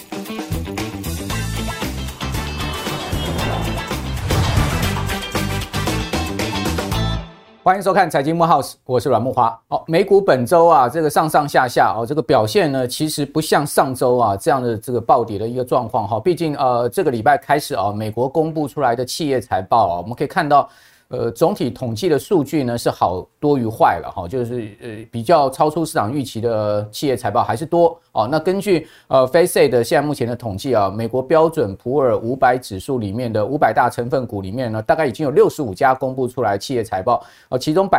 欢迎收看财经木 house， 我是阮木华。美股本周啊，这个上上下下这个表现呢，其实不像上周啊这样的这个暴跌的一个状况哈。毕竟这个礼拜开始啊，美国公布出来的企业财报啊，我们可以看到。总体统计的数据呢是好多于坏了哈，就是比较超出市场预期的企业财报还是多哦。那根据FactSet 现在目前的统计啊，美国标准普尔500指数里面的500大成分股里面呢，大概已经有65家公布出来企业财报，其中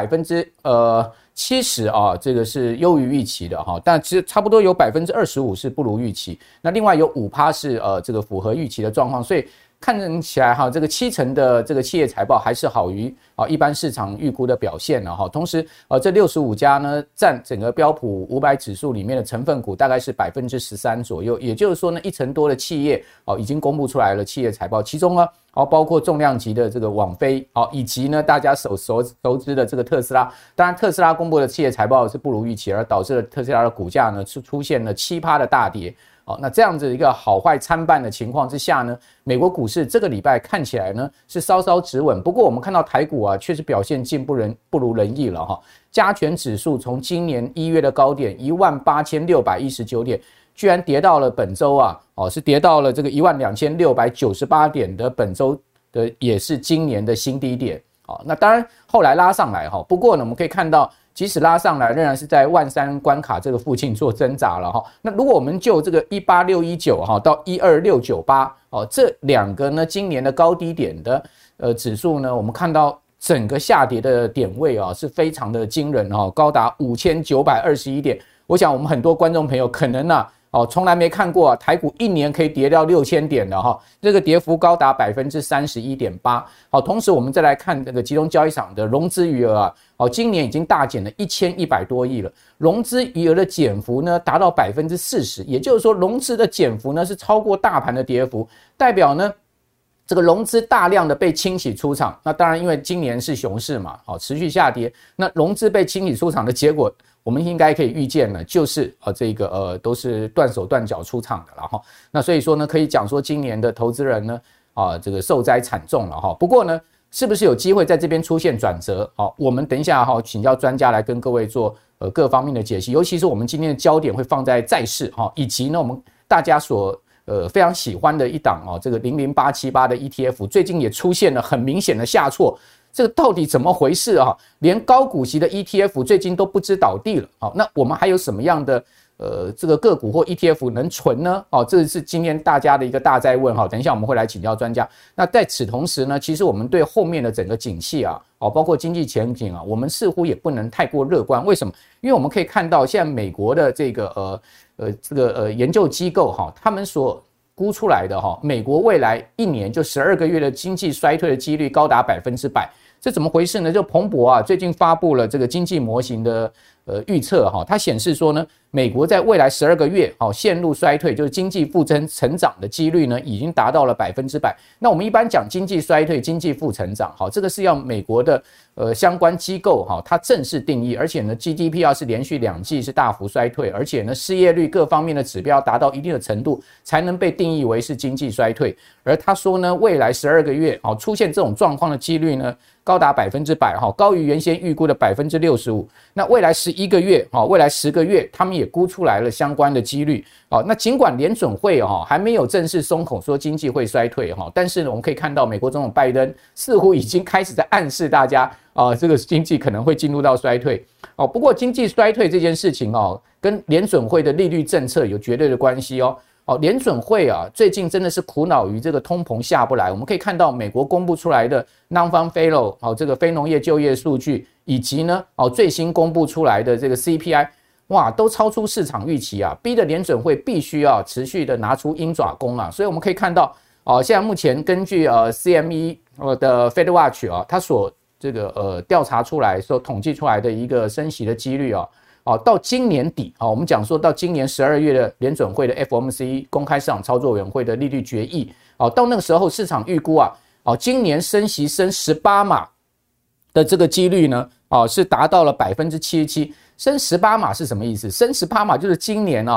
70%啊，这个是优于预期的哈，但其实差不多有25%是不如预期，那另外有5%是这个符合预期的状况，所以。看起来哈，这个70%的这个企业财报还是好于一般市场预估的表现了哈。同时这65家呢占整个标普500指数里面的成分股大概是13%左右，也就是说呢1成多的企业已经公布出来了企业财报，其中呢包括重量级的这个网飞以及呢大家熟知的这个特斯拉。当然特斯拉公布的企业财报是不如预期，而导致了特斯拉的股价呢出现了7%的大跌。那这样子一个好坏参半的情况之下呢，美国股市这个礼拜看起来呢是稍稍止稳，不过我们看到台股啊确实表现竟不如人意了哈。加权指数从今年1月的高点18619点，居然跌到了本周啊是跌到了这个12698点的本周的也是今年的新低点。那当然后来拉上来哈，不过呢我们可以看到。即使拉上来，仍然是在13000关卡这个附近做挣扎了哈。那如果我们就这个18619到12698这两个呢今年的高低点的指数呢，我们看到整个下跌的点位是非常的惊人高达5921点。我想我们很多观众朋友可能从来没看过台股一年可以跌掉6000点的这个跌幅高达 31.8%。同时我们再来看这个集中交易场的融资余额今年已经大减了1100多亿了，融资余额的减幅呢达到 40%， 也就是说融资的减幅呢是超过大盘的跌幅，代表呢这个融资大量的被清洗出场。那当然因为今年是熊市嘛持续下跌，那融资被清洗出场的结果我们应该可以预见呢，就是这个都是断手断脚出场的了哈。那所以说呢，可以讲说今年的投资人呢这个受灾惨重了哈。不过呢，是不是有机会在这边出现转折？我们等一下请教专家来跟各位做各方面的解析，尤其是我们今天的焦点会放在债市以及呢我们大家所非常喜欢的一档这个00878的 ETF 最近也出现了很明显的下挫。这个到底怎么回事连高股息的 ETF 最近都不知倒地了那我们还有什么样的这个个股或 ETF 能存呢这是今天大家的一个大哉问等一下我们会来请教专家。那在此同时呢，其实我们对后面的整个景气包括经济前景我们似乎也不能太过乐观。为什么？因为我们可以看到现在美国的这个研究机构他们所估出来的美国未来一年就12个月的经济衰退的几率高达100%，这怎么回事呢？就彭博最近发布了这个经济模型的预测它显示说呢，美国在未来12个月陷入衰退，就是经济负成长的几率呢已经达到了100%。那我们一般讲经济衰退、经济负成长这个是要美国的相关机构它正式定义，而且呢 GDP 要是连续2季是大幅衰退，而且呢失业率各方面的指标达到一定的程度，才能被定义为是经济衰退。而他说呢，未来12个月出现这种状况的几率呢高达100%，高于原先预估的65%。那未来11个月未来10个月他们也估出来了相关的几率那尽管联准会还没有正式松口说经济会衰退但是呢我们可以看到美国总统拜登似乎已经开始在暗示大家这个经济可能会进入到衰退不过经济衰退这件事情跟联准会的利率政策有绝对的关系联准会最近真的是苦恼于这个通膨下不来。我们可以看到美国公布出来的 Non-Farm Payroll 这个非农业就业数据，以及呢最新公布出来的这个 CPI， 哇，都超出市场预期逼得联准会必须持续的拿出鹰爪功所以我们可以看到现在目前根据CME 的 Fed Watch 它所这个调查出来所统计出来的一个升息的几率到今年底我们讲说到今年12月的联准会的 FOMC 公开市场操作委员会的利率决议到那个时候市场预估今年升息升18码的这个几率呢是达到了 77%。升18码是什么意思？升18码就是今年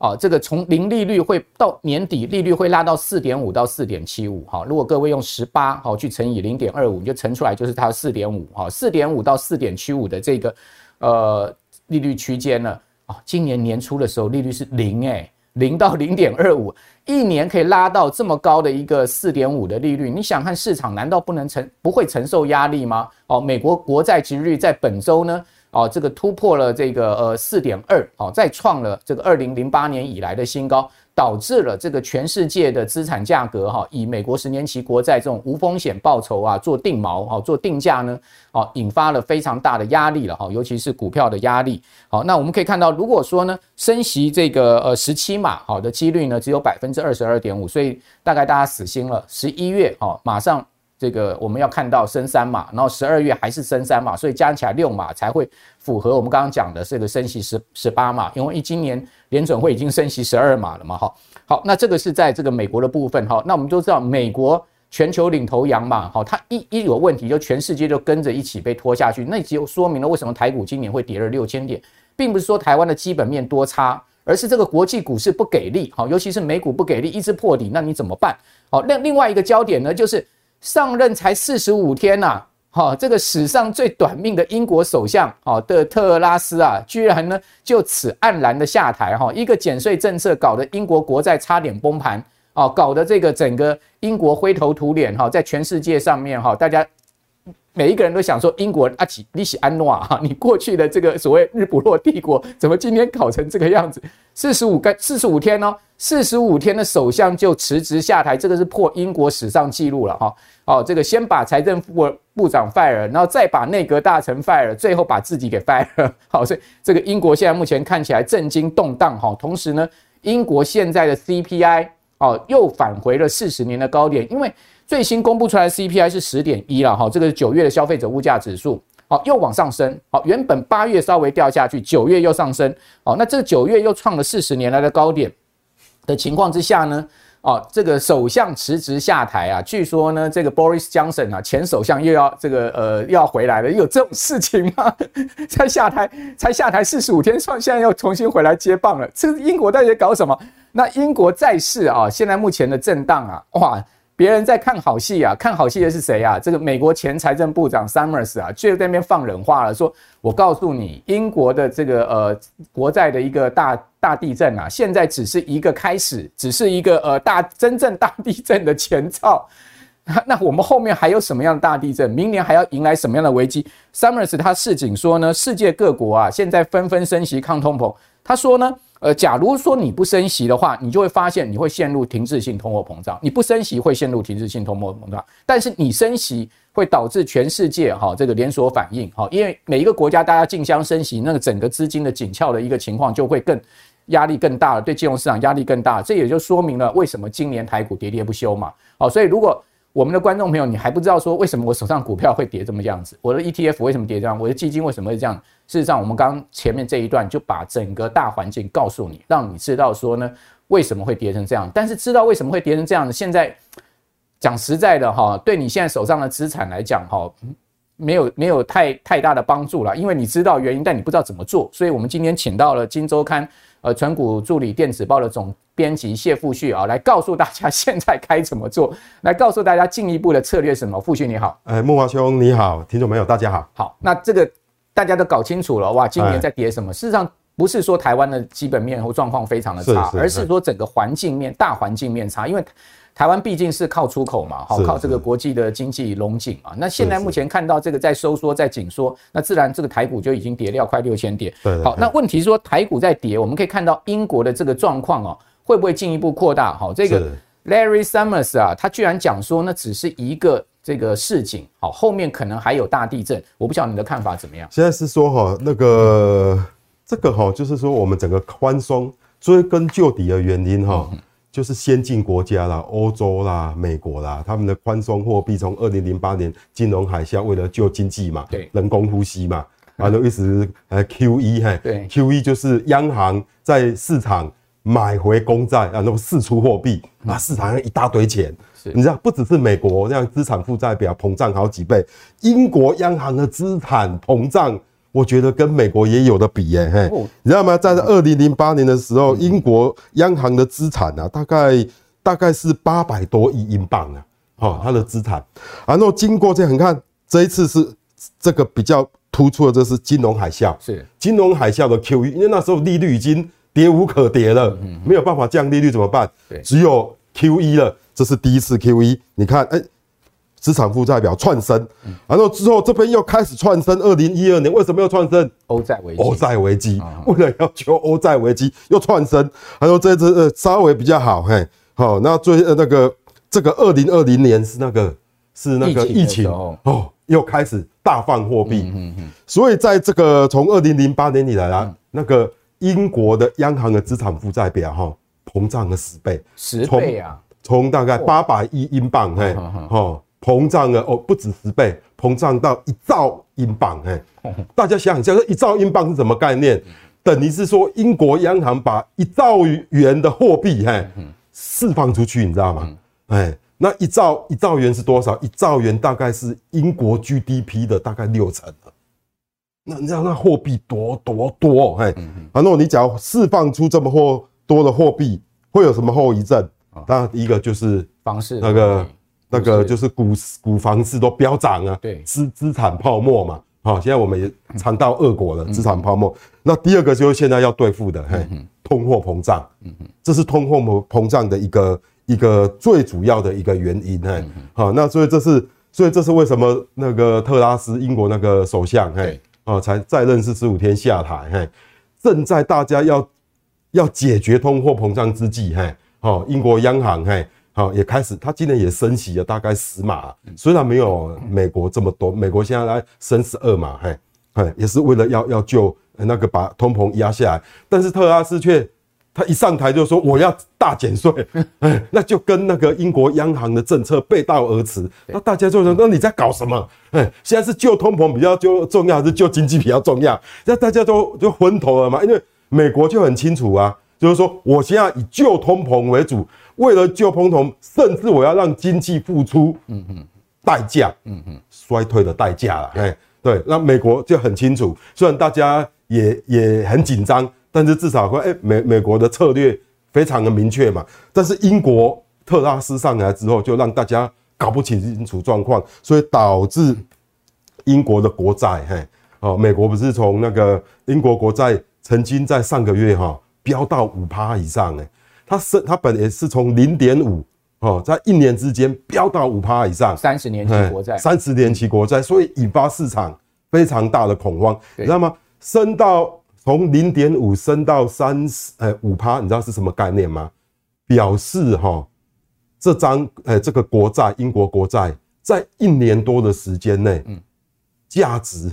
这个从零利率会到年底利率会拉到 4.5 到 4.75， 如果各位用18去乘以 0.25， 你就乘出来就是它 4.5 4.5 到 4.75 的这个利率区间呢，今年年初的时候利率是0到 0.25， 一年可以拉到这么高的一个 4.5 的利率，你想看市场难道不会承受压力吗？美国国债殖利率在本周呢这个突破了这个4.2，再创了这个2008年以来的新高，导致了这个全世界的资产价格以美国10年期国债这种无风险报酬做定锚做定价呢引发了非常大的压力了尤其是股票的压力。好，那我们可以看到，如果说呢升息这个17码的几率呢只有 22.5%， 所以大概大家死心了。11月马上这个我们要看到升3码，然后12月还是升3码，所以加起来6码才会符合我们刚刚讲的这个升息18码，因为今年联准会已经升息12码了嘛。好，那这个是在这个美国的部分。那我们都知道美国全球领头羊嘛，它一有问题就全世界就跟着一起被拖下去，那就说明了为什么台股今年会跌了6000点，并不是说台湾的基本面多差，而是这个国际股市不给力，尤其是美股不给力，一直破底，那你怎么办？另外一个焦点呢，就是上任才45天这个史上最短命的英国首相的特拉斯居然呢就此黯然的下台一个减税政策搞得英国国债差点崩盘搞得这个整个英国灰头土脸在全世界上面大家每一个人都想说英国你是安诺你过去的这个所谓日不落帝国怎么今天搞成这个样子？45天45天的首相就辞职下台，这个是破英国史上纪录了这个先把财政部长 fire， 然后再把内阁大臣 fire， 最后把自己给 fire。所以这个英国现在目前看起来震惊动荡同时呢，英国现在的 CPI 又返回了40年的高点，因为最新公布出来的 CPI 是 10.1 了这个是9月的消费者物价指数又往上升原本8月稍微掉下去，9月又上升那这个9月又创了40年来的高点的情况之下呢这个首相辞职下台据说呢这个 Boris Johnson 前首相又要回来了，有这种事情吗？才下台45天，现在又重新回来接棒了，这英国到底在搞什么？那英国债市现在目前的震荡哇，别人在看好戏看好戏的是谁这个美国前财政部长 Summers 就在那边放冷话了，说我告诉你，英国的这个国债的一个大地震现在只是一个开始，只是一个真正大地震的前兆。那我们后面还有什么样的大地震？明年还要迎来什么样的危机 ？Summers 他示警说呢，世界各国现在纷纷升息抗通膨。他说呢，假如说你不升息的话，你就会发现你会陷入停滞性通货膨胀。你不升息会陷入停滞性通货膨胀，但是你升息会导致全世界这个连锁反应因为每一个国家大家竞相升息，那个整个资金的紧俏的一个情况就会压力更大了，对金融市场压力更大。这也就说明了为什么今年台股喋喋不休嘛。所以如果我们的观众朋友，你还不知道说为什么我手上股票会跌这么样子，我的 ETF 为什么跌这样，我的基金为什么会这样？事实上，我们刚前面这一段就把整个大环境告诉你，让你知道说呢为什么会跌成这样。但是知道为什么会跌成这样，现在讲实在的对你现在手上的资产来讲没有太大的帮助了，因为你知道原因，但你不知道怎么做。所以我们今天请到了今周刊存股助理电子报的总编辑谢富旭来告诉大家现在该怎么做，来告诉大家进一步的策略是什么。富旭你好。 木华兄你好，听众朋友大家好。 好，那这个大家都搞清楚了哇，今年在跌什么？事实上不是说台湾的基本面或状况非常的差，而是说整个环境面大环境面差，因为台湾毕竟是靠出口嘛，靠这个国际的经济龙井嘛。那现在目前看到这个在收缩在紧缩，那自然这个台股就已经跌掉快6000点。好，那问题是说台股在跌，我们可以看到英国的这个状况会不会进一步扩大？这个 Larry Summers 他居然讲说那只是一个这个市井，后面可能还有大地震。我不晓得你的看法怎么样？ 现在是说这个就是说我们整个宽松追根究底的原因就是先进国家啦，欧洲啦、美国啦，他们的宽松货币从2008年金融海啸为了救经济嘛，人工呼吸嘛，然后一直QE QE 就是央行在市场买回公债，然后释出货币，市场上一大堆钱。你知道，不只是美国这样资产负债表膨胀好几倍，英国央行的资产膨胀我觉得跟美国也有的比耶，嘿，你知道吗？在2008年的时候，英国央行的资产啊，大概是800多亿英镑啊，它的资产。然后经过这样，你看这一次是这个比较突出的，这是金融海啸， 是金融海啸的 QE， 因为那时候利率已经跌无可跌了，没有办法降利率怎么办？只有 QE 了，这是第一次 QE。你看，资产负债表窜升，然后之后这边又开始窜升。2012年为什么又窜升？ 欧债危机， 为了要救欧债危机又窜升。然后这次稍微比较好，嘿，好，那这个2020年是那个疫情哦，又开始大放货币。所以在这个从2008年以来啊，那个英国的央行的资产负债表膨胀了10倍 ，10倍啊， 从大概800亿英镑，嘿，膨胀了不止10倍，膨胀到1兆英镑，大家想想，这1兆英镑是什么概念？等于是说英国央行把1兆元的货币，释放出去，你知道吗？那1兆元是多少？1兆元大概是英国 GDP 的大概60%。那你知道那货币多多？然后你只要释放出这么多的货币，会有什么后遗症？当然，第一个就是房市那个就是股房市都飙涨啊， 对， 资产泡沫嘛。好，现在我们也尝到恶果了，资产泡沫。那第二个就是现在要对付的，通货膨胀，这是通货膨胀的一个最主要的一个原因，好，那所以这是为什么那个特拉斯英国那个首相，才在任45天下台，正在大家要解决通货膨胀之际，英国央行，也开始，他今年也升息了大概10码，虽然没有美国这么多，美国现在来升12码，也是为了要救那个把通膨压下来，但是特拉斯他一上台就说我要大减税，那就跟那个英国央行的政策背道而驰，那大家就说那你在搞什么？现在是救通膨比较重要，还是救经济比较重要？那大家就昏头了嘛，因为美国就很清楚啊，就是说我现在以救通膨为主。为了救通膨，甚至我要让经济付出代价，衰退的代价了。对，那美国就很清楚，虽然大家也很紧张，但是至少说，美国的策略非常的明确嘛。但是英国特拉斯上来之后，就让大家搞不清楚状况，所以导致英国的国债，美国不是从那个英国国债曾经在上个月飙到5%以上，它本也是从0.5在1年之间飙到5%以上 ，30年期国债 ，30年期国债，所以引发市场非常大的恐慌，你知道吗？从0.5升到5%，你知道是什么概念吗？表示这个国债，英国国债在1年多的时间内，价值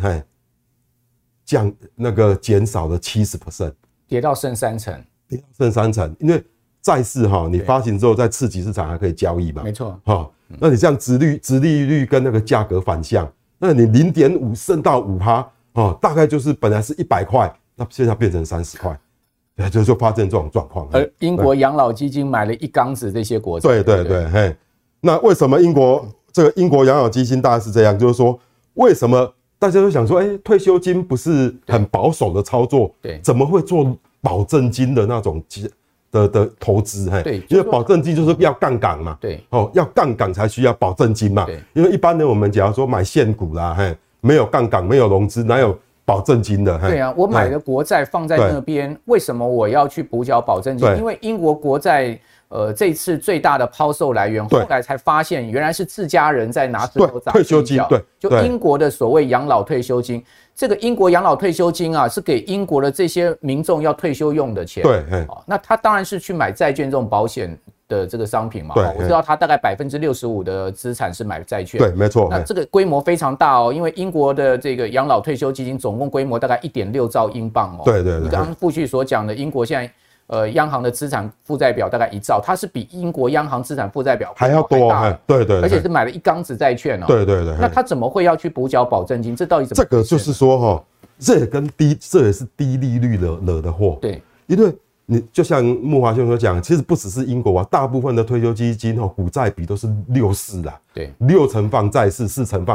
减少了70%， 跌到剩30%， 因为债市你发行之后在次级市场还可以交易嘛？ 没错。 那你这样殖利率跟那个价格反向，那你0.5升到5%，大概就是本来是100块，那现在变成30块，就发生这种状况。 而英国养老基金买了一缸子这些国债。 对。那为什么英国养老基金大概是这样？就是说，为什么大家都想说，退休金不是很保守的操作， 对， 怎么会做保证金的那种的投资？ 对， 因为保证金就是要杠杆嘛， 对， 要杠杆才需要保证金嘛，因为一般人我们假如说买现股啦，没有杠杆，没有融资，哪有保证金的？ 对啊，我买的国债放在那边，为什么我要去补缴保证金？因为英国国债这一次最大的抛售来源，后来才发现原来是自家人在拿石头砸退休金， 就英国的所谓养老退休金。这个英国养老退休金啊，是给英国的这些民众要退休用的钱。 对， 那他当然是去买债券这种保险的这个商品嘛。 对， 我知道他大概65%的资产是买债券。 对，没错。 那这个规模非常大哦，因为英国的这个养老退休基金总共规模大概1.6兆英镑哦。 对。 你刚刚傅旭所讲的，英国现在央行的资产负债表大概1兆，它是比英国央行资产负债表还要多，对， 而且是买了一缸子债券哦。 对。 那他怎么会要去补缴保证金？这到底怎么？ 这个就是说这也是低利率惹的祸。 对， 因为你就像木华兄所讲，其实不只是英国啊，大部分的退休基金股债比都是6:4啦。 对， 6成放债市，4成放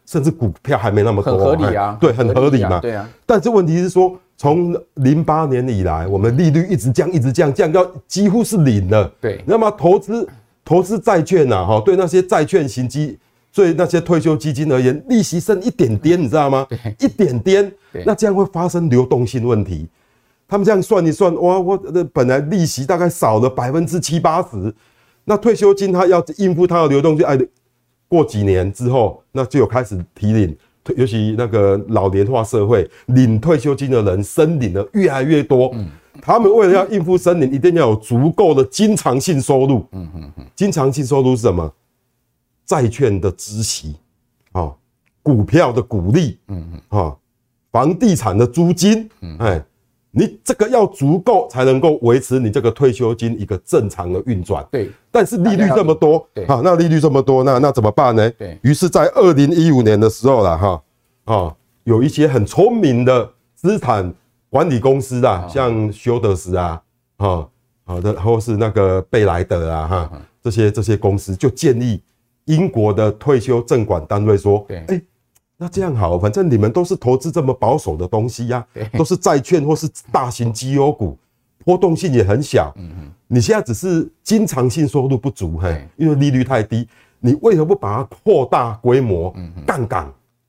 甚至股票还没那么多， 很合理啊， 对，很合理嘛， 对啊。 但这问题是说，从08年以来，我们利率一直降，一直降，降到几乎是零了。 对， 那么投资债券啊，对那些债券型对那些退休基金而言，利息剩一点点，你知道吗？一点点，那这样会发生流动性问题。他们这样算一算，哇，我本来利息大概少了70%-80%，那退休金他要应付他的流动性，过几年之后，那就有开始提领，尤其那个老年化社会，领退休金的人申领的越来越多。他们为了要应付申领，一定要有足够的经常性收入。经常性收入是什么？债券的孳息，股票的股利，房地产的租金，你这个要足够才能够维持你这个退休金一个正常的运转。 对， 但是利率这么多，那利率这么多，那怎么办呢？对，于是，在2015年的时候啦，有一些很聪明的资产管理公司啦，像休德斯啊，或是那个贝莱德啊，这些公司就建议英国的退休证管单位说，那这样好，反正你们都是投资这么保守的东西呀，都是债券或是大型绩优股，波动性也很小。你现在只是经常性收入不足，因为利率太低，你为何不把它扩大规模，杠杆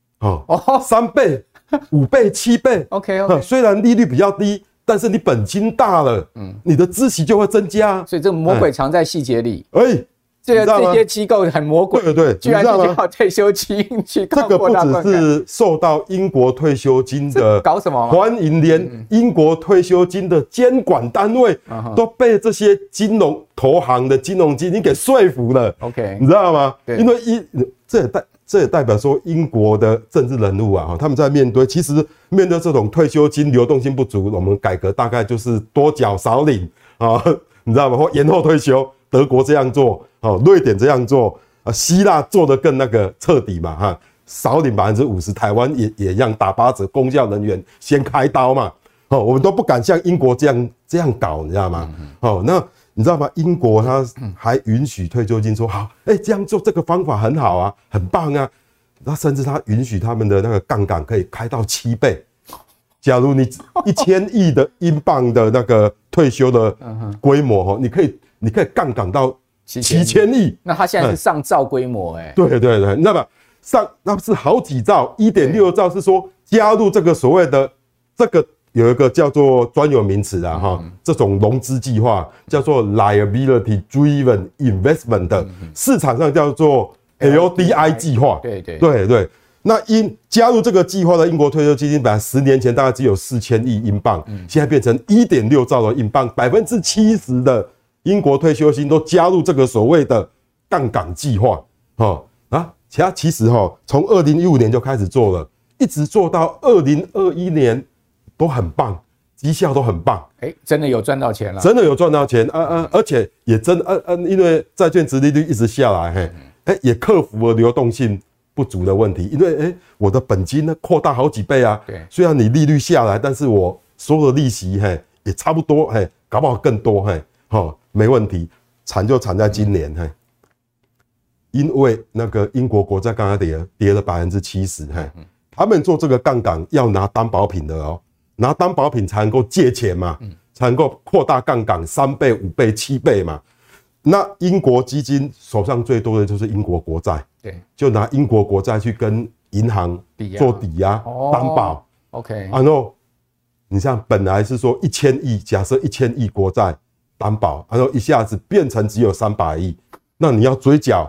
，3倍、5倍、7倍 ，OK， 虽然利率比较低，但是你本金大了，你的孳息就会增加。 所以这个魔鬼藏在细节里。 这些机构很魔鬼， 对， 居然就叫退休金去这个不只是受到英国退休金的搞什么欢迎，连英国退休金的监管单位都被这些金融投行的金融基金给说服了。 OK， 你知道吗？因为这也代表说英国的政治人物啊，他们在面对这种退休金流动性不足，我们改革大概就是多缴少领啊，你知道吗？或延后退休。德国这样做，瑞典这样做，希腊做得更那个彻底嘛，少领50%，台湾也一样打8折，公教人员先开刀嘛，我们都不敢像英国这样搞，你知道吗？那你知道吗？英国他还允许退休金说好，这样做这个方法很好啊，很棒啊，那甚至他允许他们的那个杠杆可以开到7倍。假如你1000亿的英镑的那个退休的规模，你可以杠杆到7000亿， 那他现在是上兆规模， 对，那是好几兆，1.6兆是说加入这个所谓的这个有一个叫做专有名词啊，这种融资计划叫做 liability driven investment 的，市场上叫做 LDI 计划，对。那加入这个计划的英国退休基金，本来10年前大概只有4000亿英镑，现在变成1.6兆的英镑，70%的英国退休金都加入这个所谓的杠杆计划，其实从2015年就开始做了，一直做到2021年都很棒，绩效都很棒， 真的有赚到钱了， 真的有赚到钱，而且也因为债券殖利率一直下来，也克服了流动性不足的问题，因为我的本金呢扩大好几倍啊，虽然你利率下来，但是我收的利息也差不多，搞不好更多，没问题。惨就惨在今年，因为那个英国国债刚刚跌了70%，他们做这个杠杆要拿担保品的拿担保品才能够借钱嘛，才能够扩大杠杆3倍、5倍、7倍嘛。那英国基金手上最多的就是英国国债，就拿英国国债去跟银行做抵押担保。 OK， 然后你像本来是说1000亿，假设1000亿国债担保，然后一下子变成只有300亿，那你要追缴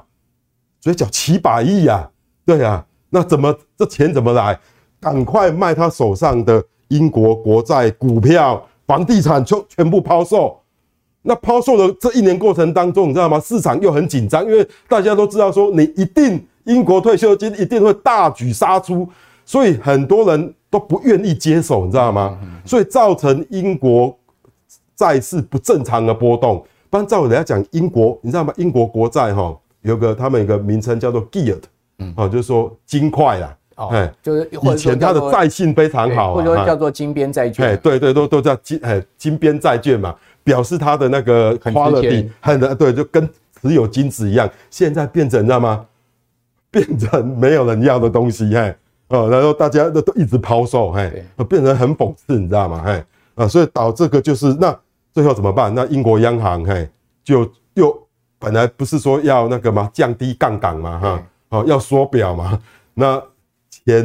700亿啊，对啊，那这钱怎么来？赶快卖他手上的英国国债、股票、房地产全部抛售。那抛售的这1年过程当中，你知道吗？市场又很紧张，因为大家都知道说英国退休金一定会大举杀出，所以很多人都不愿意接手，你知道吗？所以造成英国债市不正常的波动。不然照人家讲，英国你知道吗？英国国债他们有个名称叫做 gilt，就是说金块啦。 就是以前它的债性非常好， 或者说叫做金边债券， 对，都叫金边债券嘛，表示它的那个 quality 对，就跟持有金子一样。现在变成你知道吗？ 变成没有人要的东西，然后大家都一直抛售，变成很讽刺，你知道吗？所以导这个就是那最后怎么办？那英国央行就又本来不是说要那个嘛降低杠杆嘛，要缩表嘛，那前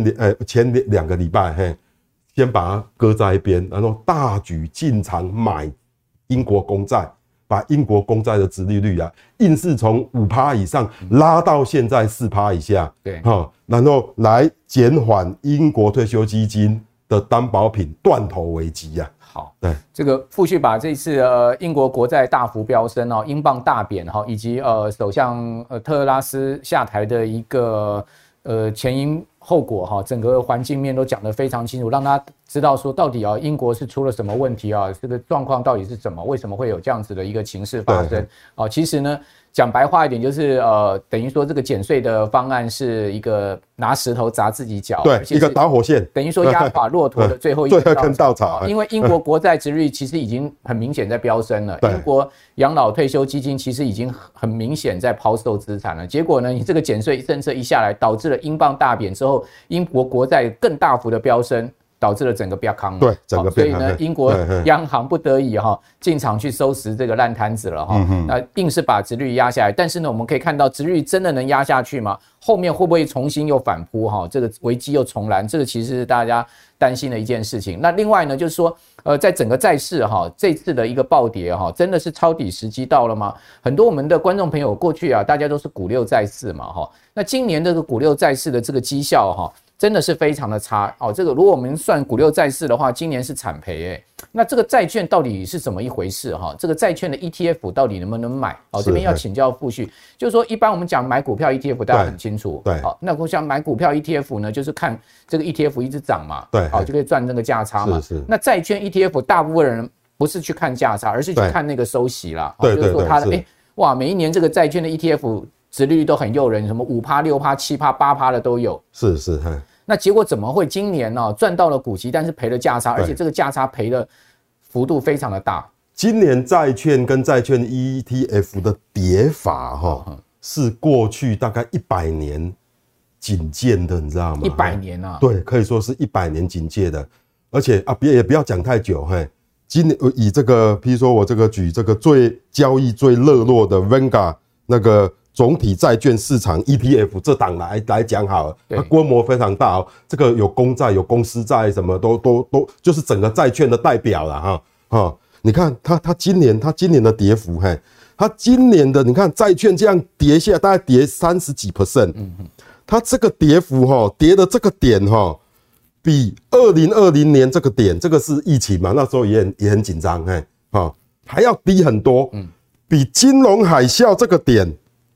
2个礼拜，先把它搁在一边，然后大举进场买英国公债，把英国公债的殖利率硬是从5%以上拉到现在4%以下， 对， 然后来减缓英国退休基金的担保品断头危机啊。 好， 对， 这个傅旭把这次英国国债大幅飙升英镑大贬以及首相特拉斯下台的一个前因后果整个环境面都讲得非常清楚，让他知道说到底英国是出了什么问题这个状况到底是什么，为什么会有这样子的一个情势发生其实呢讲白话一点就是等于说这个减税的方案是一个拿石头砸自己脚， 对，一个导火线， 等于说压垮骆驼的最后一根稻草因为英国国债殖利率其实已经很明显在飙升了，英国养老退休基金其实已经很明显在抛售资产了，结果呢你这个减税政策一下来，导致了英镑大贬之后，英国国债更大幅的飙升，导致了整个变康， 对，整个变康， 所以呢，英国央行不得已进场去收拾这个烂摊子了那硬是把殖利率压下来，但是呢，我们可以看到殖利率真的能压下去吗？后面会不会重新又反扑这个危机又重燃？这个其实是大家担心的一件事情。那另外呢，就是说在整个债市这次的一个暴跌真的是抄底时机到了吗？很多我们的观众朋友过去大家都是股六债四嘛那今年这个股六债四的这个绩效真的是非常的差这个如果我们算股六债四的话，今年是惨赔那这个债券到底是怎么一回事这个债券的 ETF 到底能不能买这边要请教傅旭，就是说一般我们讲买股票 ETF 大家很清楚， 对， 那我想买股票 ETF 呢，就是看这个 ETF 一直涨嘛， 对， 就可以赚那个价差嘛， 是。 那债券 ETF 大部分人不是去看价差，而是去看那个收息啦， 对， 就是说它的哇，每一年这个债券的 ETF 殖利率都很诱人，什么5%、6%、7%、8%的都有， 是。 那结果怎么会今年赚到了股息，但是赔了价差，而且这个价差赔的幅度非常的大。 今年债券跟债券 ETF 的跌法是过去大概100年仅见的，你知道吗 ？100年啊？ 对，可以说是100年仅见的，而且也不要讲太久今年以这个，譬如说我这个举这个交易最热络的 Vanguard 那个总体债券市场 ETF 这档来讲好了，它规模非常大这个有公债有公司债什么都就是整个债券的代表了你看它今年的跌幅它今年的你看债券这样跌下大概跌30几%，它这个跌幅跌的这个点比2020年这个点，这个是疫情嘛，那时候也很紧张还要低很多，比金融海啸这个点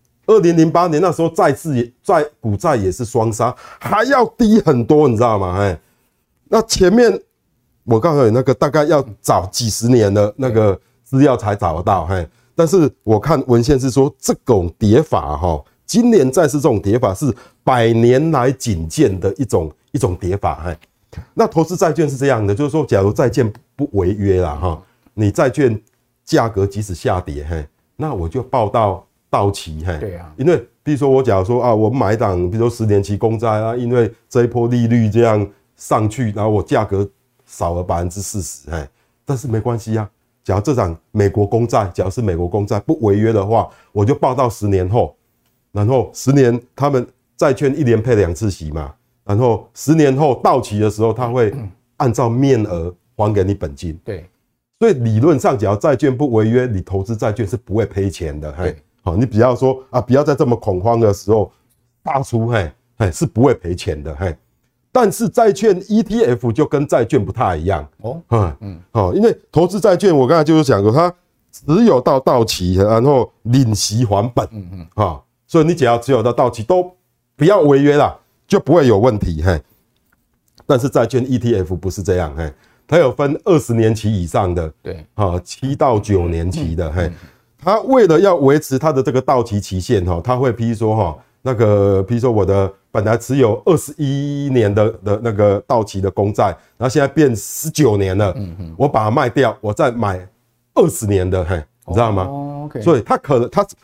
2008年那时候股债也是双杀，还要低很多，你知道吗？那前面我告诉你，那个大概要找几十年的那个资料才找得到，但是我看文献是说这种跌法今年债市这种跌法是100年来仅见的一种跌法那投资债券是这样的，就是说，假如债券不违约啦你债券价格即使下跌那我就报到期对啊， 因为比如说我假如说我买一档，比如说10年期公债因为这一波利率这样上去，然后我价格少了40%但是没关系假如这档美国公债，假如是美国公债不违约的话，我就报到10年后，然后10年他们债券1年配2次息嘛，然后10年后到期的时候，他会按照面额还给你本金。 对， 所以理论上，只要债券不违约，你投资债券是不会赔钱的。好，你不要说不要在这么恐慌的时候大出，是不会赔钱的。但是债券 ETF 就跟债券不太一样因为投资债券我刚才就是讲过，它持有到期，然后领息还本，所以你只要持有到期都不要违约啦，就不会有问题。但是债券 ETF 不是这样，它有分20年期以上的， 对 ，7到9年期的，它为了要维持它的这个到期期限，它会譬如说那个，譬如说我的本来持有21年的那个到期的公债，然后现在变19年了，我把它卖掉，我再买20年的，你知道吗？ okay. 所以它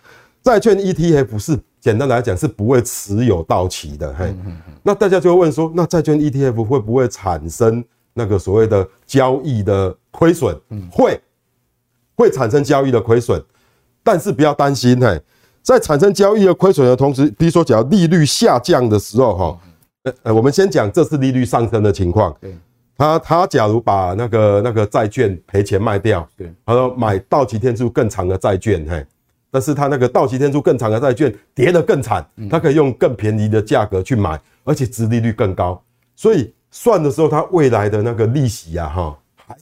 债券 ETF 是简单来讲是不会持有到期的，那大家就会问说，那债券 ETF 会不会产生那个所谓的交易的亏损？会产生交易的亏损，但是不要担心，在产生交易的亏损的同时，比如说假如利率下降的时候，我们先讲这次利率上升的情况。他假如把那个债券赔钱卖掉，他说买到期天数更长的债券，但是他那个到期天数更长的债券跌得更惨，他可以用更便宜的价格去买，而且殖利率更高，所以算的时候，他未来的那个利息啊，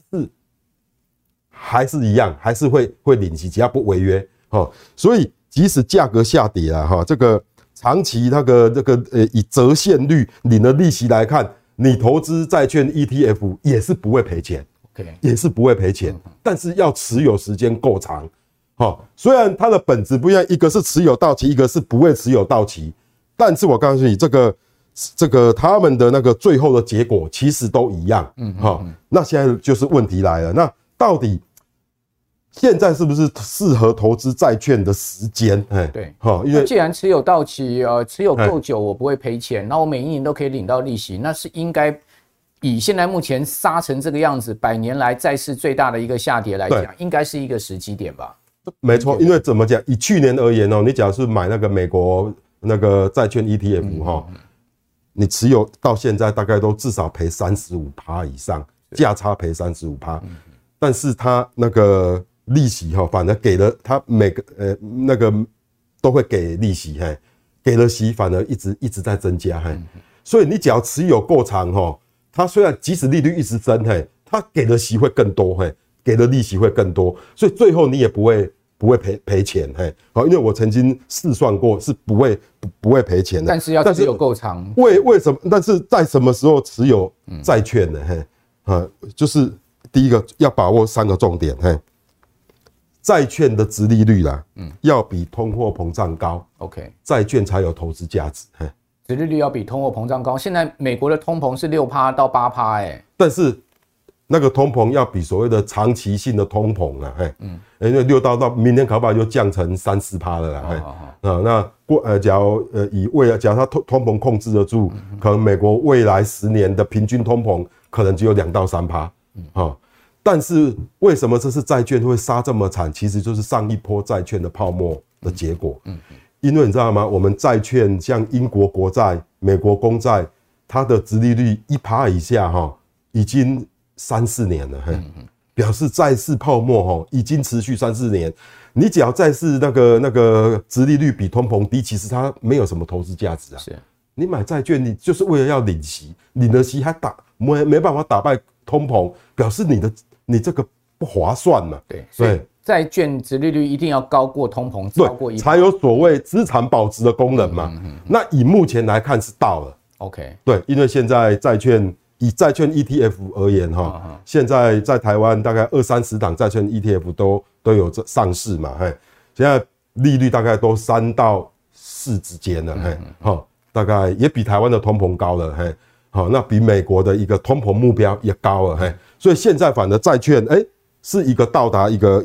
还是一样，还是会领息，只要不违约，所以即使价格下跌了，这个长期以折现率领的利息来看，你投资债券 ETF 也是不会赔钱，也是不会赔钱，但是要持有时间够长。虽然它的本质不一样，一个是持有到期，一个是不会持有到期，但是我告诉你，这个他们的那个最后的结果其实都一样。那现在就是问题来了，那到底现在是不是适合投资债券的时间？ 对，因为既然持有到期，持有够久，我不会赔钱，那我每一年都可以领到利息，那是应该。以现在目前杀成这个样子，100年来债市最大的一个下跌来讲，应该是一个时机点吧？ 没错，因为怎么讲？以去年而言你假如是买那个美国那个债券 ETF 你持有到现在大概都至少赔35%以上，价差赔35%，但是它那个利息反而给了它每个那个都会给利息，给了息反而一直在增加，所以你只要持有够长它虽然即使利率一直增，它给的息会更多，给的利息会更多，所以最后你也不会赔钱，因为我曾经试算过是不会赔钱的， 但是要持有够长。 为什么？但是在什么时候持有债券呢？就是第一个要把握3个重点，债券的殖利率啦，要比通货膨胀高债券才有投资价值， 殖利率要比通货膨胀高，现在美国的通膨是6%到8%，但是那个通膨要比所谓的长期性的通膨因为6到明年搞不好就降成3-4%了啦，假如假如它通膨控制得住，可能美国未来10年的平均通膨可能只有2到3%，但是为什么这次债券会杀这么惨？其实就是上一波债券的泡沫的结果。因为你知道吗？我们债券像英国国债、美国公债，它的殖利率1%以下已经3-4年了，表示债市泡沫已经持续3-4年。你只要债市那个殖利率比通膨低，其实它没有什么投资价值啊。你买债券，你就是为了要领息，领了息还没办法打败通膨，表示你这个不划算嘛。 对。债券殖利率一定要高过通膨，超过1%， 才有所谓资产保值的功能嘛。那以目前来看是到了。对，因为现在以债券 ETF 而言现在在台湾大概20-30档债券 ETF 都有上市嘛。现在利率大概都3到4之间了，大概也比台湾的通膨高了，那比美国的一个通膨目标也高了，所以现在反而债券是一个到达一个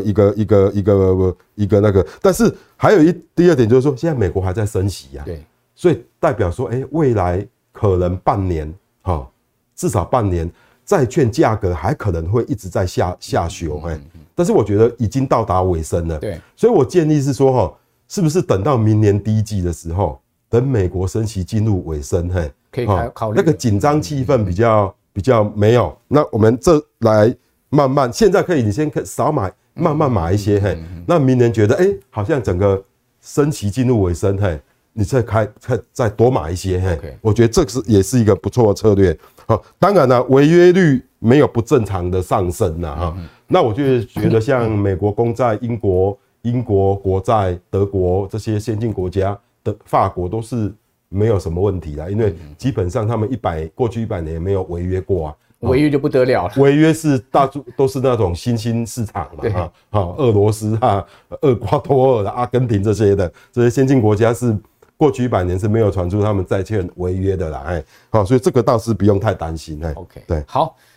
那个，但是还有第二点就是说，现在美国还在升息啊， 对， 所以代表说，未来可能半年，至少半年，债券价格还可能会一直在下修，但是我觉得已经到达尾声了， 对， 所以我建议是说，是不是等到明年第一季的时候，等美国升息进入尾声， 可以考虑那个紧张气氛比较没有，那我们这来。慢慢，现在可以，你先少买，慢慢买一些，那明年觉得，好像整个升息进入尾声，你再多买一些，我觉得这也是一个不错的策略。当然了，违约率没有不正常的上升啦，那我就觉得像美国公债、英国国债、德国这些先进国家的法国都是没有什么问题啦，因为基本上他们过去100年没有违约过啊。 违约就不得了了， 违约是都是那种新兴市场嘛，俄罗斯厄瓜多尔、阿根廷这些先进国家是过去100年是没有传出他们债券违约的啦，所以这个倒是不用太担心。 OK， 对， 好，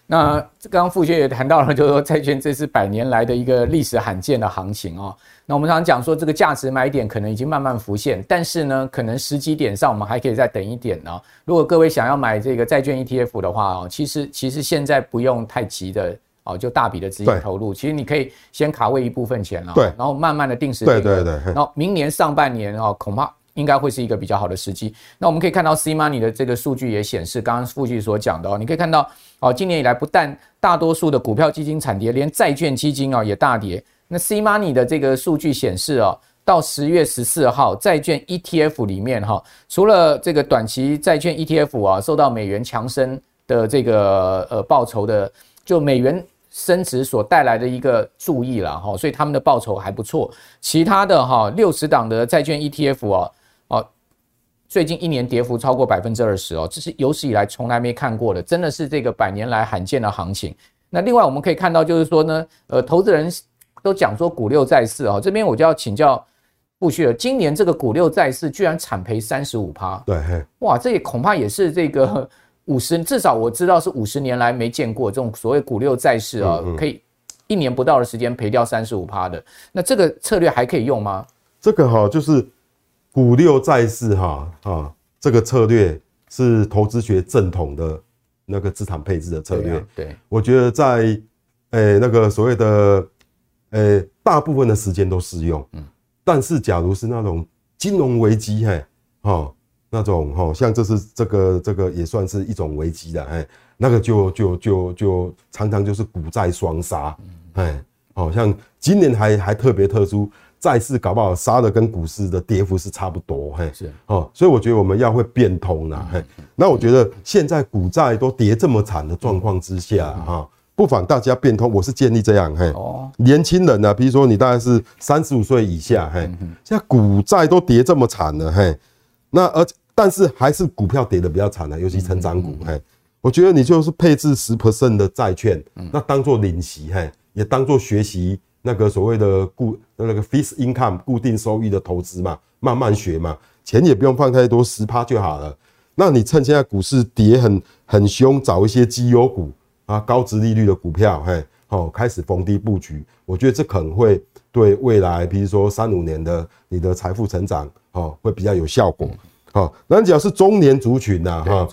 那刚刚傅学也谈到了，就是说债券这是100年来的一个历史罕见的行情哦。那我们常常讲说，这个价值买点可能已经慢慢浮现，但是呢，可能时机点上我们还可以再等一点呢。如果各位想要买这个债券 ETF 的话哦，其实现在不用太急的哦，就大笔的资金投入，其实你可以先卡位一部分钱了，然后慢慢的定时定额，然后明年上半年哦，恐怕应该会是一个比较好的时机。那我们可以看到 C Money 的这个数据也显示，刚刚傅旭所讲的哦，你可以看到哦，今年以来不但大多数的股票基金惨跌，连债券基金哦也大跌。那 C Money 的这个数据显示哦，到10月14号，债券 ETF 里面哈，除了这个短期债券 ETF 啊受到美元强升的这个报酬的，就美元升值所带来的一个注意啦哈，所以他们的报酬还不错。其他的哈60档的债券 ETF 最近1年跌幅超过20%哦，这是有史以来从来没看过的，真的是这个100年来罕见的行情。那另外我们可以看到就是说呢，投资人都讲说股六债四哦，这边我就要请教傅旭了，今年这个股六债四居然惨赔35%， 对， 哇，这也恐怕也是这个至少我知道是50年来没见过这种所谓股六债四啊，可以1年不到的时间赔掉35%的，那这个策略还可以用吗？ 这个就是股六债四这个策略是投资学正统的那个资产配置的策略。 对， 我觉得在那个所谓的大部分的时间都适用。但是假如是那种金融危机那种像这个也算是一种危机的那个就常常就是股债双杀。像今年还特别特殊，债市搞不好杀的跟股市的跌幅是差不多，所以我觉得我们要会变通啦。那我觉得现在股债都跌这么惨的状况之下，不妨大家变通，我是建议这样。年轻人比如说你大概是35岁以下，现在股债都跌这么惨了，但是还是股票跌得比较惨的，尤其成长股。我觉得你就是配置10% 的债券，那当做领息，也当做学习那个所谓的那个 fixed income 固定收益的投资嘛，慢慢学嘛，钱也不用放太多，10% 就好了。那你趁现在股市跌很凶，找一些绩优股高殖利率的股票，开始逢低布局。我觉得这可能会对未来，比如说3-5年的你的财富成长，会比较有效果。那只要是中年族群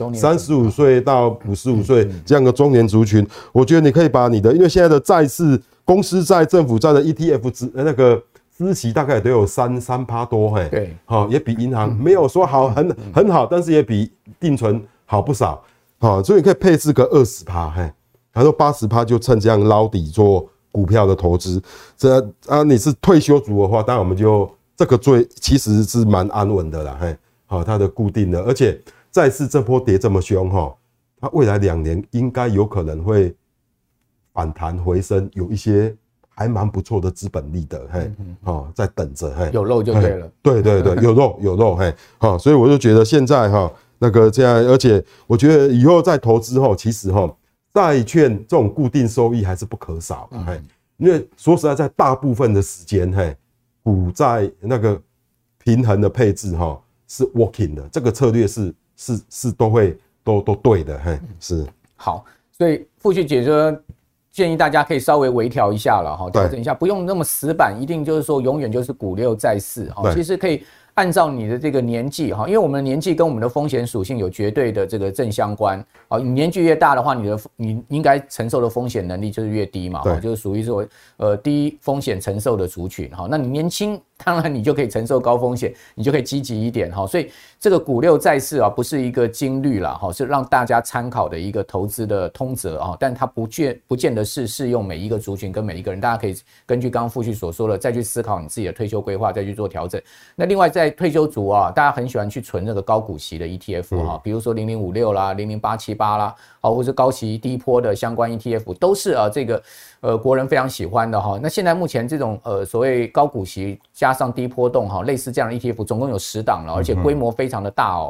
35岁到55岁这样的中年族群，我觉得你可以把你的，因为现在的债市、公司债、政府债的 ETF 那个孳息大概都有3%多， 对， 也比银行没有说好很好，但是也比定存好不少，所以你可以配置个20%，然后80%就趁这样捞底做股票的投资。你是退休族的话，当然我们就这个其实是蛮安稳的啦，它的固定的，而且债市这波跌这么凶，它未来2年应该有可能会反弹回升，有一些还蛮不错的资本利得，在等着， 有肉就对了。 对，有肉，所以我就觉得现在那个这样，而且我觉得以后在投资其实债券这种固定收益还是不可少，因为说实在大部分的时间，股债那个平衡的配置，是 working 的，这个策略是都对的，是好，所以傅旭姐说建议大家可以稍微微调一下了调整一下，不用那么死板，一定就是说永远就是股六债四其实可以按照你的这个年纪因为我们的年纪跟我们的风险属性有绝对的这个正相关你年纪越大的话，你应该承受的风险能力就是越低嘛，就是属于说低风险承受的族群那你年轻，当然你就可以承受高风险，你就可以积极一点所以这个股六债四不是一个金律啦是让大家参考的一个投资的通则但它不见得是适用每一个族群跟每一个人，大家可以根据刚刚傅旭所说的再去思考你自己的退休规划，再去做调整。那另外在退休族大家很喜欢去存这个高股息的 ETF比如说0056啦、00878啦或者高息低波的相关 ETF 都是这个国人非常喜欢的那现在目前这种所谓高股息加上低波动类似这样的 ETF 总共有10档了，而且规模非常的大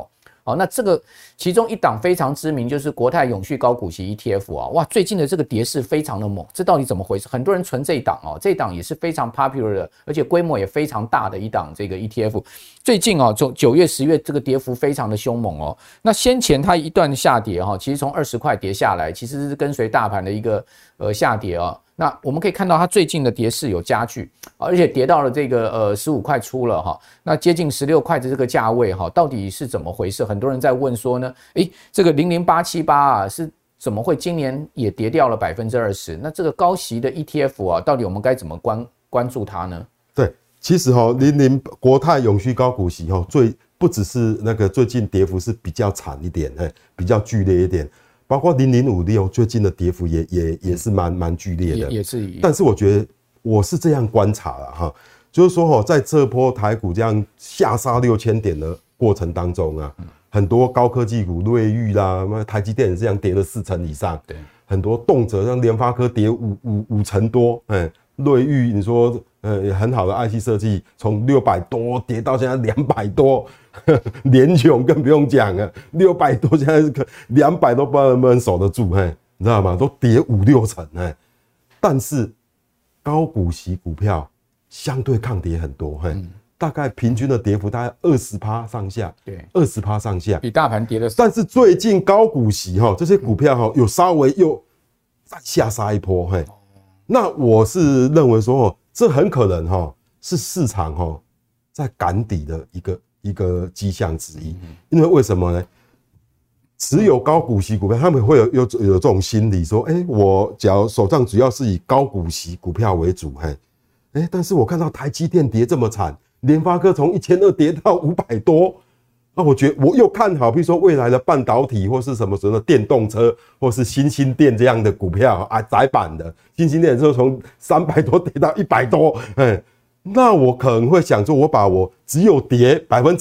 好，那这个其中一档非常知名，就是国泰永续高股息 ETF 啊，哇，最近的这个跌势非常的猛，这到底怎么回事？很多人存这一档哦，这一档也是非常 popular 的，而且规模也非常大的一档这个 ETF。最近哦，从9月、10月这个跌幅非常的凶猛哦。那先前它一段下跌哈，其实从20块跌下来，其实是跟随大盘的一个下跌啊。那我们可以看到它最近的跌势有加剧，而且跌到了这个15块出了哈，那接近16块的这个价位哈，到底是怎么回事？很多人在问说呢，这个00878啊是怎么会今年也跌掉了20%？那这个高息的 ETF 啊，到底我们该怎么关注它呢？ 对，其实国泰永续高股息不只是那个最近跌幅是比较惨一点，比较剧烈一点。包括0056最近的跌幅也是蛮剧烈的，也是。但是我觉得我是这样观察了哈，就是说在这波台股这样下杀6000点的过程当中啊，很多高科技股瑞昱啦，台积电这样跌了40%以上，对，很多动辄像联发科跌五成多，瑞昱你说很好的 IC 设计从600多跌到现在200多。联咏更不用讲了，600多，现在是200都不知道能不能守得住，你知道吗？都跌5-6成，但是高股息股票相对抗跌很多，大概平均的跌幅大概20%上下，对，20%上下， 比大盘跌的。 但是最近高股息这些股票有稍微又再下杀一波，那我是认为说这很可能是市场在赶底的一个迹象之一，因为为什么呢？持有高股息股票，他们会有这种心理，说，我假如手上主要是以高股息股票为主，但是我看到台积电跌这么惨，联发科从1200跌到500多，那我觉得我又看好，比如说未来的半导体或是什么电动车，或是新兴电这样的股票啊，窄板的新兴电之后从300多跌到100多，那我可能会想说，我把我只有跌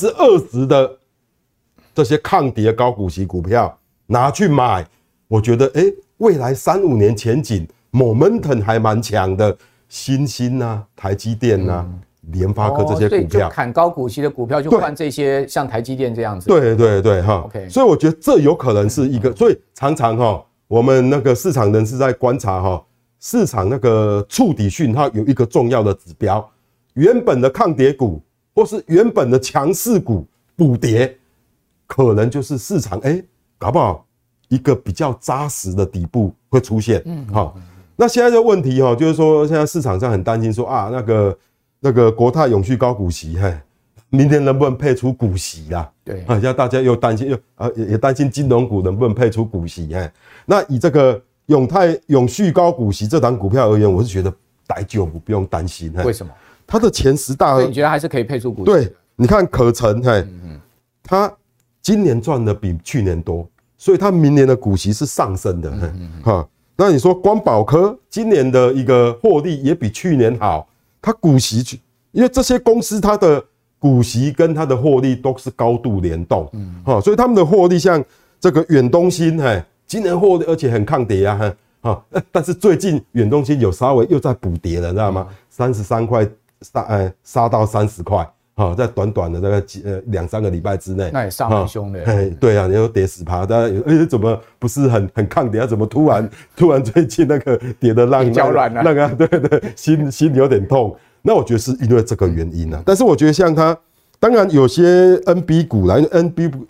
20%的这些抗跌高股息股票拿去买，我觉得未来3-5年前景 momentum 还蛮强的，新兴啊、台积电啊、联发科这些股票， 就砍高股息的股票就换这些像台积电这样子。 对哈。Okay. 所以我觉得这有可能是一个，所以常常我们那个市场人士在观察市场那个触底讯号有一个重要的指标。原本的抗跌股或是原本的强势股补跌，可能就是市场搞不好一个比较扎实的底部会出现。那现在的问题就是说现在市场上很担心说啊，那个国泰永续高股息，明年能不能配出股息啦？对，现在大家又担心也担心金融股能不能配出股息。那以这个永续高股息这档股票而言，我是觉得大丈夫不用担心。 为什么？ 它的前10大， 所以你觉得还是可以配出股息？ 对，你看可成，它今年赚的比去年多，所以它明年的股息是上升的。那你说光宝科今年的一个获利也比去年好，它股息，因为这些公司它的股息跟它的获利都是高度联动，所以他们的获利像这个远东新，今年获利而且很抗跌啊，但是最近远东新有稍微又在补跌了，知道吗？33块。杀到30块，在短短的大概2-3个礼拜之内， 那也杀蛮凶的。 对啊，你又跌10%，大家怎么不是很抗跌？怎么突然最近那个跌的让脚软了？ 那个对，心有点痛。那我觉得是因为这个原因啊。但是我觉得像它，当然有些 NB 股啦，因为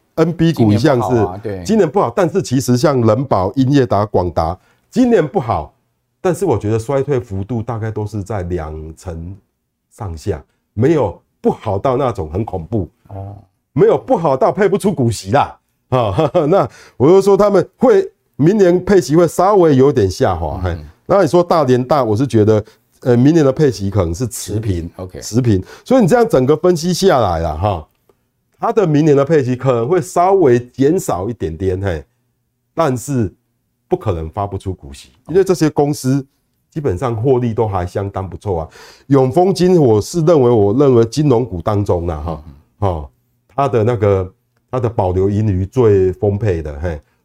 NB 股一向是今年不好，但是其实像人保、英业达、广达今年不好，但是我觉得衰退幅度大概都是在2成。上下没有不好到那种很恐怖没有不好到配不出股息啦那我就说他们会明年配息会稍微有点下滑。那你说大联大，我是觉得明年的配息可能是持平，OK， 持平。所以你这样整个分析下来啦它的明年的配息可能会稍微减少一点点但是不可能发不出股息，因为这些公司。基本上获利都还相当不错啊。永丰金，我认为金融股当中它的保留盈余最丰沛的，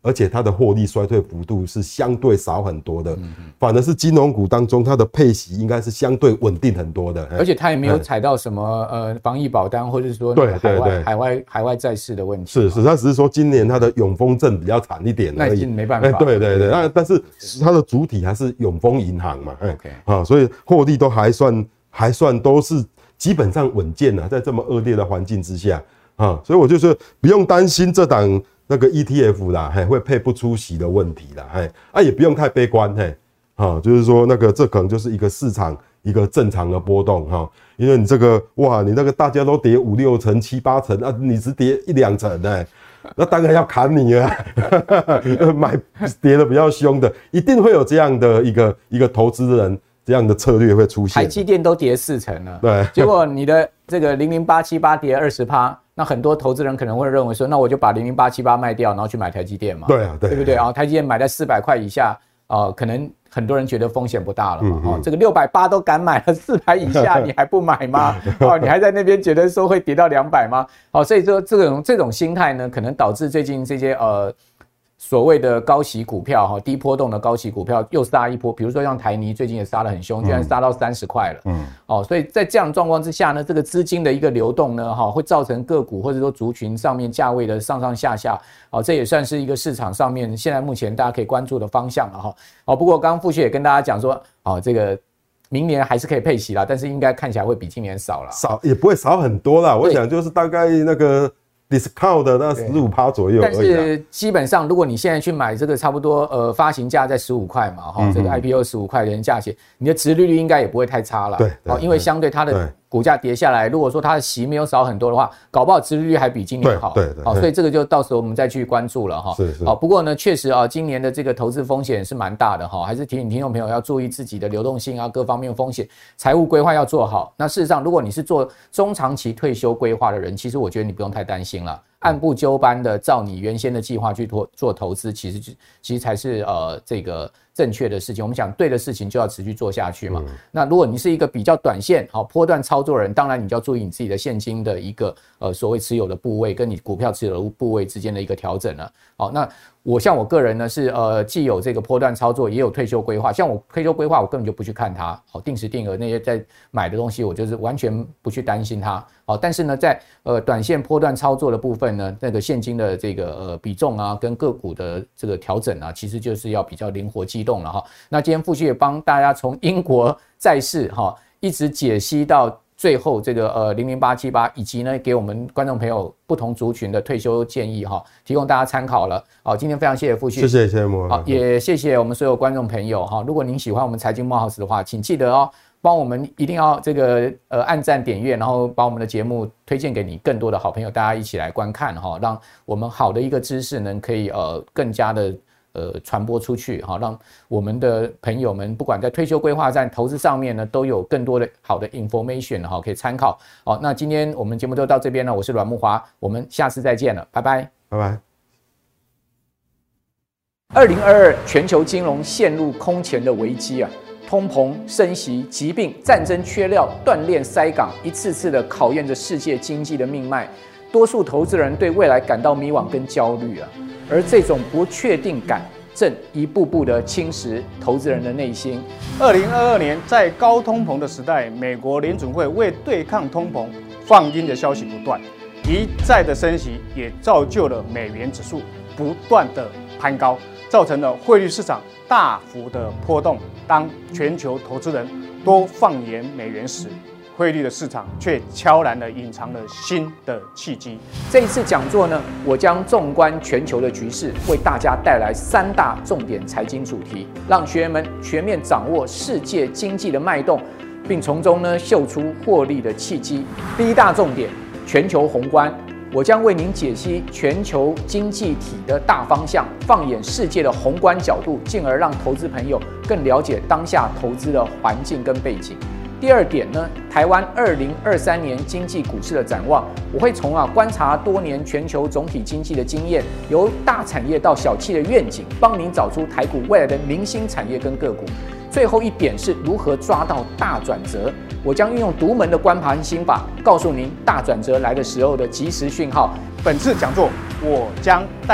而且它的获利衰退幅度是相对少很多的，反而是金融股当中它的配息应该是相对稳定很多的， 而且它也没有踩到什么防疫保单或者说海外债市的问题。 是，它只是说今年它的永丰证比较惨一点而已， 那已经没办法。 对，但是它的主体还是永丰银行嘛，所以获利都还算都是基本上稳健了，在这么恶劣的环境之下所以我就说不用担心这档那个 ETF 啦，会配不出息的问题啦，也不用太悲观，就是说那个这可能就是一个市场一个正常的波动因为你这个你那个大家都跌5、6成、7、8成你只跌1、2成那当然要砍你了买跌的比较凶的，一定会有这样的一个投资人这样的策略会出现。 台积电都跌4成了， 对， 结果你的这个00878跌20%，那很多投资人可能会认为说，那我就把00878卖掉，然后去买台积电嘛，对不对啊？台积电买在400块以下，可能很多人觉得风险不大了嘛，这个680都敢买了，400以下你还不买吗？你还在那边觉得说会跌到200吗？所以说这种心态呢，可能导致最近这些所谓的高息股票低波动的高息股票又杀一波，比如说像台泥最近也杀得很凶，居然杀到30块了。所以在这样的状况之下呢，这个资金的一个流动呢，会造成个股或者说族群上面价位的上上下下，这也算是一个市场上面现在目前大家可以关注的方向了不过刚刚傅旭也跟大家讲说，这个明年还是可以配息啦，但是应该看起来会比今年少了， 少也不会少很多啦，我想就是大概那个discount 的那15%左右而已， 但是基本上，如果你现在去买这个差不多发行价在15块嘛，这个 IPO 15块的价钱，你的殖利率应该也不会太差了， 对， 因为相对它的股价跌下来，如果说它的息没有少很多的话，搞不好殖利率还比今年好， 对， 所以这个就到时候我们再去关注了是。 不过呢，确实今年的这个投资风险是蛮大的还是提醒听众朋友要注意自己的流动性各方面风险，财务规划要做好。那事实上，如果你是做中长期退休规划的人，其实我觉得你不用太担心了。按部就班的照你原先的计划去做投资，其实才是这个正确的事情。我们讲对的事情就要持续做下去嘛。那如果你是一个比较短线波段操作人，当然你就要注意你自己的现金的一个所谓持有的部位跟你股票持有的部位之间的一个调整了。那像我个人呢是既有这个波段操作，也有退休规划。像我退休规划，我根本就不去看它，定时定额那些在买的东西，我就是完全不去担心它。但是呢，在短线波段操作的部分呢，那个现金的这个比重跟个股的这个调整其实就是要比较灵活机动了那今天傅旭也帮大家从英国债市一直解析到最后这个00878，以及呢给我们观众朋友不同族群的退休建议提供大家参考了。今天非常谢谢傅旭， 谢谢莫， 也谢谢我们所有观众朋友如果您喜欢我们财经慕 House 的话，请记得帮我们一定要这个按赞点阅，然后把我们的节目推荐给你更多的好朋友，大家一起来观看让我们好的一个知识呢可以更加的传播出去让我们的朋友们不管在退休规划在投资上面呢都有更多的好的 information 可以参考。那今天我们节目就到这边了，我是阮慕骅，我们下次再见了，拜拜。2022全球金融陷入空前的危机通膨、升息、疾病、战争、缺料、断链、塞港，一次次的考验着世界经济的命脉。多数投资人对未来感到迷惘跟焦虑而这种不确定感正一步步的侵蚀投资人的内心。 2022年，在高通膨的时代，美国联准会为对抗通膨放鹰的消息不断，一再的升息也造就了美元指数不断的攀高，造成了汇率市场大幅的波动。当全球投资人都放眼美元时，汇率的市场却悄然地隐藏了新的契机。 这一次讲座呢，我将纵观全球的局势，为大家带来3大重点财经主题，让学员们全面掌握世界经济的脉动，并从中呢嗅出获利的契机。第一大重点，全球宏观。我将为您解析全球经济体的大方向，放眼世界的宏观角度，进而让投资朋友更了解当下投资的环境跟背景。第二点呢，台湾2023年经济股市的展望，我会从观察多年全球总体经济的经验，由大产业到小企的愿景，帮您找出台股未来的明星产业跟个股。最后一点是如何抓到大转折，我将运用独门的观盘心法，告诉您大转折来的时候的及时讯号。 本次讲座，我将带你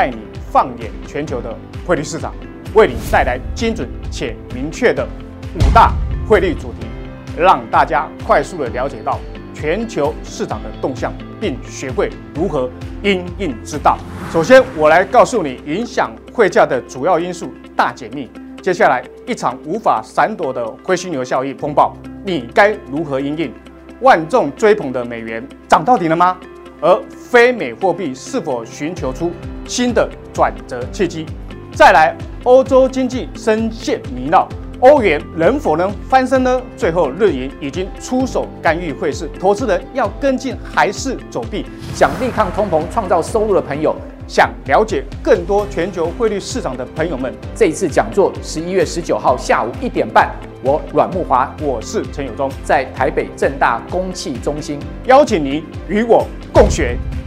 放眼全球的汇率市场，为你带来精准且明确的5大汇率主题，让大家快速的了解到全球市场的动向，并学会如何因应之道。首先，我来告诉你影响汇价的主要因素大解密。接下来，一场无法闪躲的灰犀牛效应风暴，你该如何因应？万众追捧的美元涨到底了吗？而非美货币是否寻求出新的转折契机？再来，欧洲经济深陷泥淖，欧元能否翻身呢？最后，日银已经出手干预汇市，投资人要跟进还是走避？ 想力抗通膨、创造收入的朋友， 想了解更多全球汇率市场的朋友们， 这一次讲座11月19号下午1点半，我阮慕骅， 我是陈友忠， 在台北政大公企中心， 邀请您与我共学。